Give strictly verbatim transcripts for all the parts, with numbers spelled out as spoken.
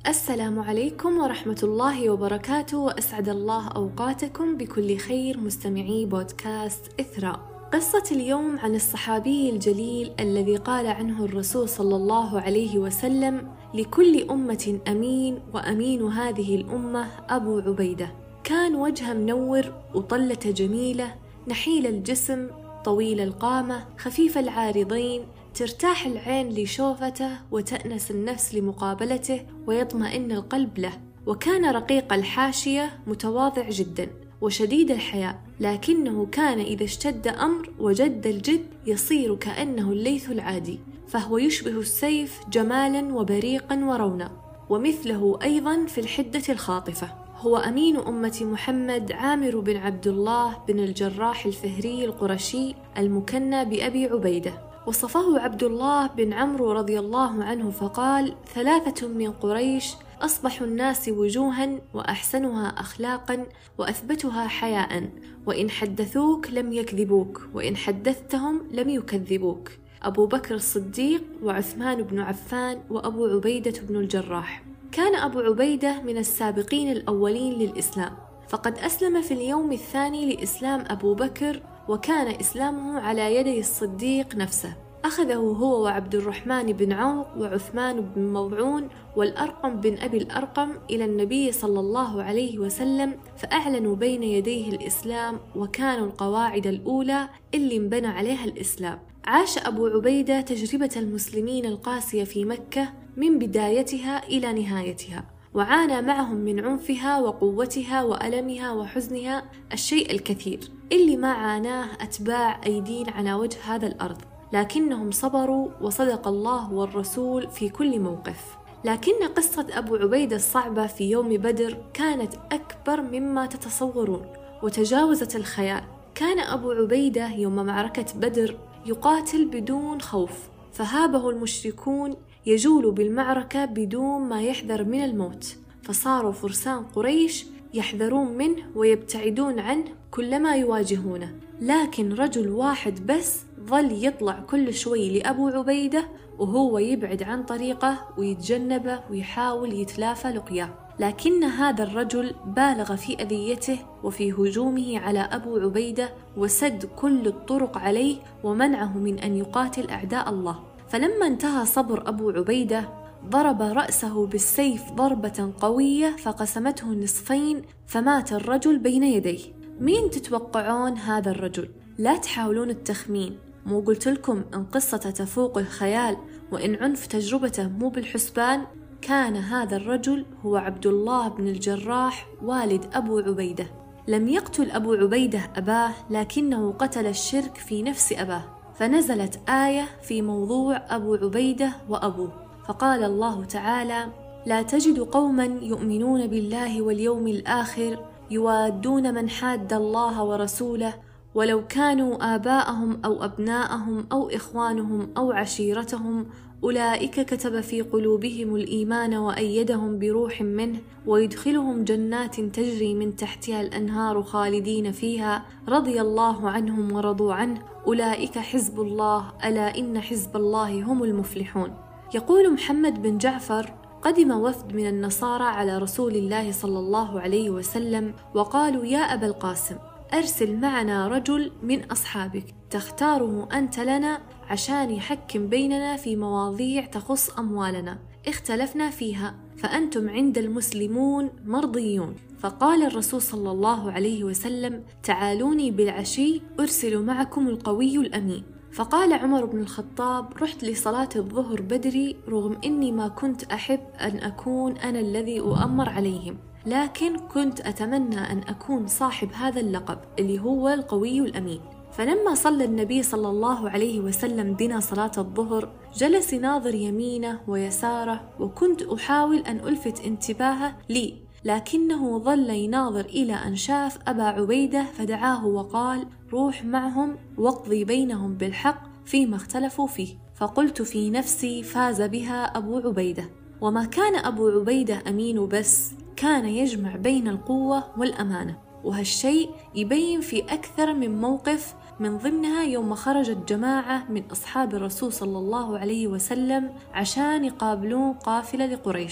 السلام عليكم ورحمة الله وبركاته، وأسعد الله أوقاتكم بكل خير مستمعي بودكاست إثراء. قصة اليوم عن الصحابي الجليل الذي قال عنه الرسول صلى الله عليه وسلم: لكل أمة أمين، وأمين هذه الأمة أبو عبيدة. كان وجهه منور وطلة جميلة، نحيل الجسم، طويل القامة، خفيف العارضين، ترتاح العين لشوفته وتأنس النفس لمقابلته ويطمئن القلب له. وكان رقيق الحاشية، متواضع جدا وشديد الحياء، لكنه كان إذا اشتد أمر وجد الجد يصير كأنه الليث العادي، فهو يشبه السيف جمالا وبريقا ورونق، ومثله أيضا في الحدة الخاطفة. هو أمين أمة محمد عامر بن عبد الله بن الجراح الفهري القرشي المكنى بأبي عبيدة. وصفه عبد الله بن عمرو رضي الله عنه فقال: ثلاثة من قريش أصبح الناس وجوها، وأحسنها أخلاقا، وأثبتها حياء، وإن حدثوك لم يكذبوك، وإن حدثتهم لم يكذبوك: أبو بكر الصديق، وعثمان بن عفان، وأبو عبيدة بن الجراح. كان أبو عبيدة من السابقين الأولين للإسلام، فقد أسلم في اليوم الثاني لإسلام أبو بكر، وكان إسلامه على يدي الصديق نفسه. أخذه هو وعبد الرحمن بن عوف وعثمان بن مضعون والأرقم بن أبي الأرقم إلى النبي صلى الله عليه وسلم، فأعلنوا بين يديه الإسلام، وكانوا القواعد الأولى اللي انبنى عليها الإسلام. عاش أبو عبيدة تجربة المسلمين القاسية في مكة من بدايتها إلى نهايتها، وعانى معهم من عنفها وقوتها وألمها وحزنها الشيء الكثير اللي ما عاناه أتباع أيدين على وجه هذا الأرض، لكنهم صبروا، وصدق الله والرسول في كل موقف. لكن قصة أبو عبيدة الصعبة في يوم بدر كانت أكبر مما تتصورون وتجاوزت الخيال. كان أبو عبيدة يوم معركة بدر يقاتل بدون خوف، فهابه المشركون، يجول بالمعركة بدون ما يحذر من الموت، فصاروا فرسان قريش يحذرون منه ويبتعدون عنه كلما يواجهونه. لكن رجل واحد بس ظل يطلع كل شوي لأبو عبيدة، وهو يبعد عن طريقه ويتجنبه ويحاول يتلافى لقياه. لكن هذا الرجل بالغ في أذيته وفي هجومه على أبو عبيدة، وسد كل الطرق عليه ومنعه من أن يقاتل أعداء الله. فلما انتهى صبر أبو عبيدة ضرب رأسه بالسيف ضربة قوية فقسمته نصفين، فمات الرجل بين يديه. مين تتوقعون هذا الرجل؟ لا تحاولون التخمين، مو قلت لكم إن قصته تفوق الخيال، وإن عنف تجربته مو بالحسبان؟ كان هذا الرجل هو عبد الله بن الجراح والد أبو عبيدة. لم يقتل أبو عبيدة أباه، لكنه قتل الشرك في نفس أباه، فنزلت آية في موضوع أبو عبيدة وأبوه، فقال الله تعالى: لا تجد قوما يؤمنون بالله واليوم الآخر يوادون من حاد الله ورسوله ولو كانوا آباءهم أو أبناءهم أو إخوانهم أو عشيرتهم أولئك كتب في قلوبهم الإيمان وأيدهم بروح منه ويدخلهم جنات تجري من تحتها الأنهار خالدين فيها رضي الله عنهم ورضوا عنه أولئك حزب الله ألا إن حزب الله هم المفلحون. يقول محمد بن جعفر: قدم وفد من النصارى على رسول الله صلى الله عليه وسلم، وقالوا: يا أبا القاسم، أرسل معنا رجل من أصحابك تختاره أنت لنا عشان يحكم بيننا في مواضيع تخص أموالنا اختلفنا فيها، فأنتم عند المسلمون مرضيون. فقال الرسول صلى الله عليه وسلم: تعالوني بالعشي أرسل معكم القوي الأمين. فقال عمر بن الخطاب: رحت لصلاة الظهر بدري، رغم إني ما كنت أحب أن أكون أنا الذي أؤمر عليهم، لكن كنت أتمنى أن أكون صاحب هذا اللقب اللي هو القوي الأمين. فلما صلى النبي صلى الله عليه وسلم بنا صلاة الظهر جلس يناظر يمينه ويساره، وكنت أحاول أن ألفت انتباهه لي، لكنه ظل يناظر إلى أن شاف أبا عبيدة فدعاه وقال: روح معهم واقضي بينهم بالحق فيما اختلفوا فيه. فقلت في نفسي: فاز بها أبو عبيدة. وما كان أبو عبيدة أمين بس، كان يجمع بين القوة والأمانة، وهالشيء يبين في أكثر من موقف، من ضمنها يوم خرجت جماعة من أصحاب الرسول صلى الله عليه وسلم عشان يقابلون قافلة لقريش،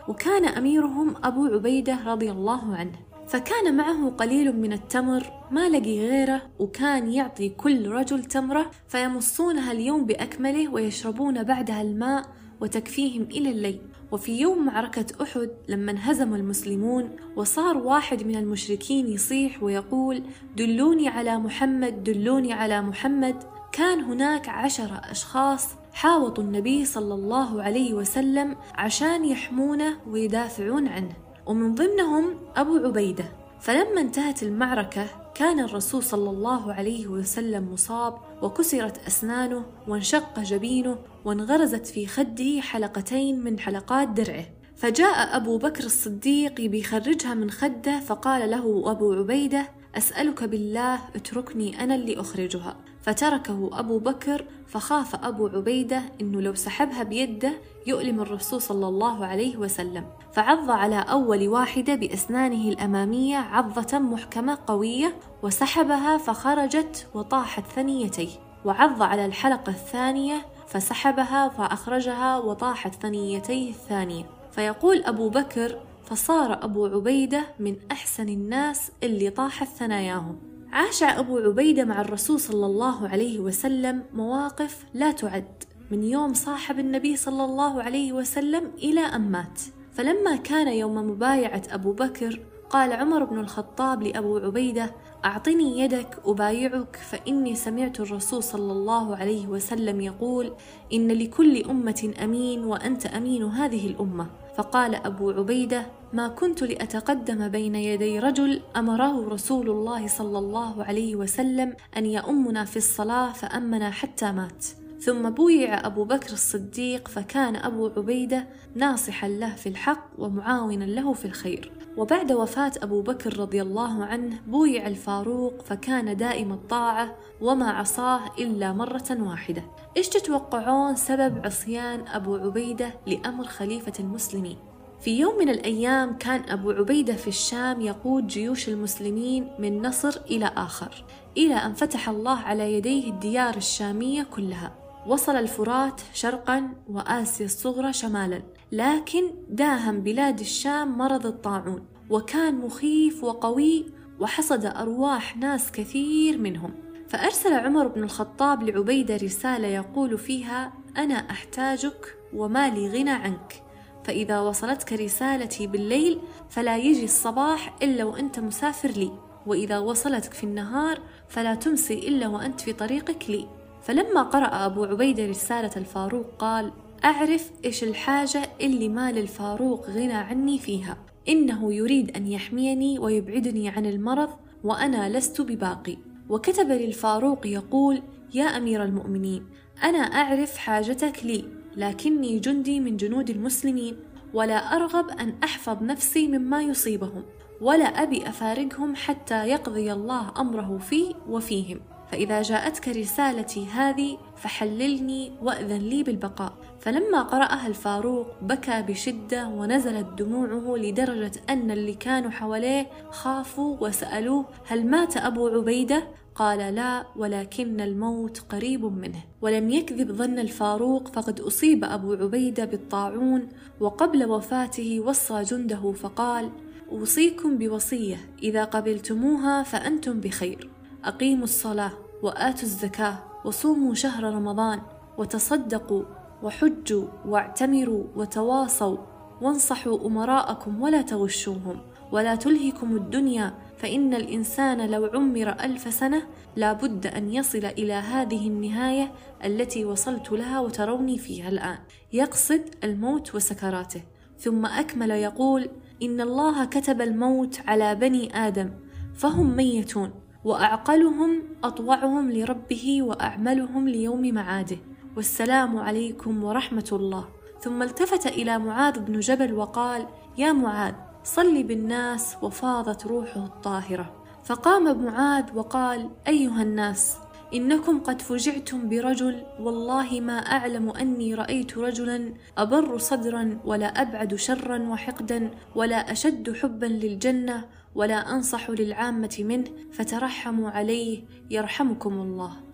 وكان أميرهم أبو عبيدة رضي الله عنه، فكان معه قليل من التمر ما لقي غيره، وكان يعطي كل رجل تمرة فيمصونها اليوم بأكمله ويشربون بعدها الماء وتكفيهم إلى الليل. وفي يوم معركة أحد لما انهزم المسلمون وصار واحد من المشركين يصيح ويقول دلوني على محمد دلوني على محمد، كان هناك عشرة أشخاص حاوطوا النبي صلى الله عليه وسلم عشان يحمونه ويدافعون عنه، ومن ضمنهم أبو عبيدة. فلما انتهت المعركة كان الرسول صلى الله عليه وسلم مصاب وكسرت أسنانه وانشق جبينه وانغرزت في خده حلقتين من حلقات درعه، فجاء أبو بكر الصديق بيخرجها من خده فقال له أبو عبيدة أسألك بالله اتركني أنا اللي أخرجها، فتركه أبو بكر، فخاف أبو عبيدة إنه لو سحبها بيده يؤلم الرسول صلى الله عليه وسلم، فعض على أول واحدة بأسنانه الأمامية عضة محكمة قوية وسحبها فخرجت وطاحت ثنيتيه، وعض على الحلقة الثانية فسحبها فأخرجها وطاحت ثنيتيه الثانية. فيقول أبو بكر فصار أبو عبيدة من أحسن الناس اللي طاحت ثناياهم. عاش أبو عبيدة مع الرسول صلى الله عليه وسلم مواقف لا تعد من يوم صاحب النبي صلى الله عليه وسلم إلى أن مات. فلما كان يوم مبايعة أبو بكر قال عمر بن الخطاب لأبو عبيدة أعطني يدك أبايعك، فإني سمعت الرسول صلى الله عليه وسلم يقول إن لكل أمة أمين وأنت أمين هذه الأمة. فقال أبو عبيدة ما كنت لأتقدم بين يدي رجل أمره رسول الله صلى الله عليه وسلم أن يؤمنا في الصلاة فأمنا حتى مات. ثم بويع أبو بكر الصديق، فكان أبو عبيدة ناصحا له في الحق ومعاونا له في الخير. وبعد وفاة أبو بكر رضي الله عنه بويع الفاروق، فكان دائم الطاعة وما عصاه إلا مرة واحدة. إيش تتوقعون سبب عصيان أبو عبيدة لأمر خليفة المسلمين؟ في يوم من الأيام كان أبو عبيدة في الشام يقود جيوش المسلمين من نصر إلى آخر، إلى أن فتح الله على يديه الديار الشامية كلها، وصل الفرات شرقا وآسيا الصغرى شمالا، لكن داهم بلاد الشام مرض الطاعون وكان مخيف وقوي وحصد أرواح ناس كثير منهم. فأرسل عمر بن الخطاب لعبيدة رسالة يقول فيها أنا أحتاجك وما لي غنى عنك، فإذا وصلتك رسالتي بالليل فلا يجي الصباح إلا وأنت مسافر لي، وإذا وصلتك في النهار فلا تمسي إلا وأنت في طريقك لي. فلما قرأ أبو عبيدة رسالة الفاروق قال أعرف إيش الحاجة اللي ما للفاروق غنى عني فيها، إنه يريد أن يحميني ويبعدني عن المرض وأنا لست بباقي. وكتب للفاروق يقول يا أمير المؤمنين أنا أعرف حاجتك لي، لكني جندي من جنود المسلمين ولا أرغب أن أحفظ نفسي مما يصيبهم، ولا أبي أفارقهم حتى يقضي الله أمره في وفيهم، فإذا جاءتك رسالتي هذه فحللني وأذن لي بالبقاء. فلما قرأها الفاروق بكى بشدة ونزلت دموعه لدرجة أن اللي كانوا حواليه خافوا وسألوه هل مات أبو عبيدة؟ قال لا، ولكن الموت قريب منه. ولم يكذب ظن الفاروق، فقد أصيب أبو عبيدة بالطاعون، وقبل وفاته وصى جنده فقال أوصيكم بوصية إذا قبلتموها فأنتم بخير، أقيموا الصلاة وآتوا الزكاة وصوموا شهر رمضان وتصدقوا وحجوا واعتمروا وتواصوا وانصحوا أمراءكم ولا تغشوهم ولا تلهكم الدنيا، فإن الإنسان لو عمر ألف سنة لا بد أن يصل إلى هذه النهاية التي وصلت لها وتروني فيها الآن، يقصد الموت وسكراته. ثم أكمل يقول إن الله كتب الموت على بني آدم فهم ميتون، وأعقلهم أطوعهم لربه وأعملهم ليوم معاده، والسلام عليكم ورحمة الله. ثم التفت إلى معاذ بن جبل وقال يا معاذ صل بالناس، وفاضت روحه الطاهرة. فقام معاذ وقال أيها الناس إنكم قد فجعتم برجل والله ما أعلم أني رأيت رجلا أبر صدرا ولا أبعد شرا وحقدا ولا أشد حبا للجنة ولا أنصح للعامة منه، فترحموا عليه يرحمكم الله.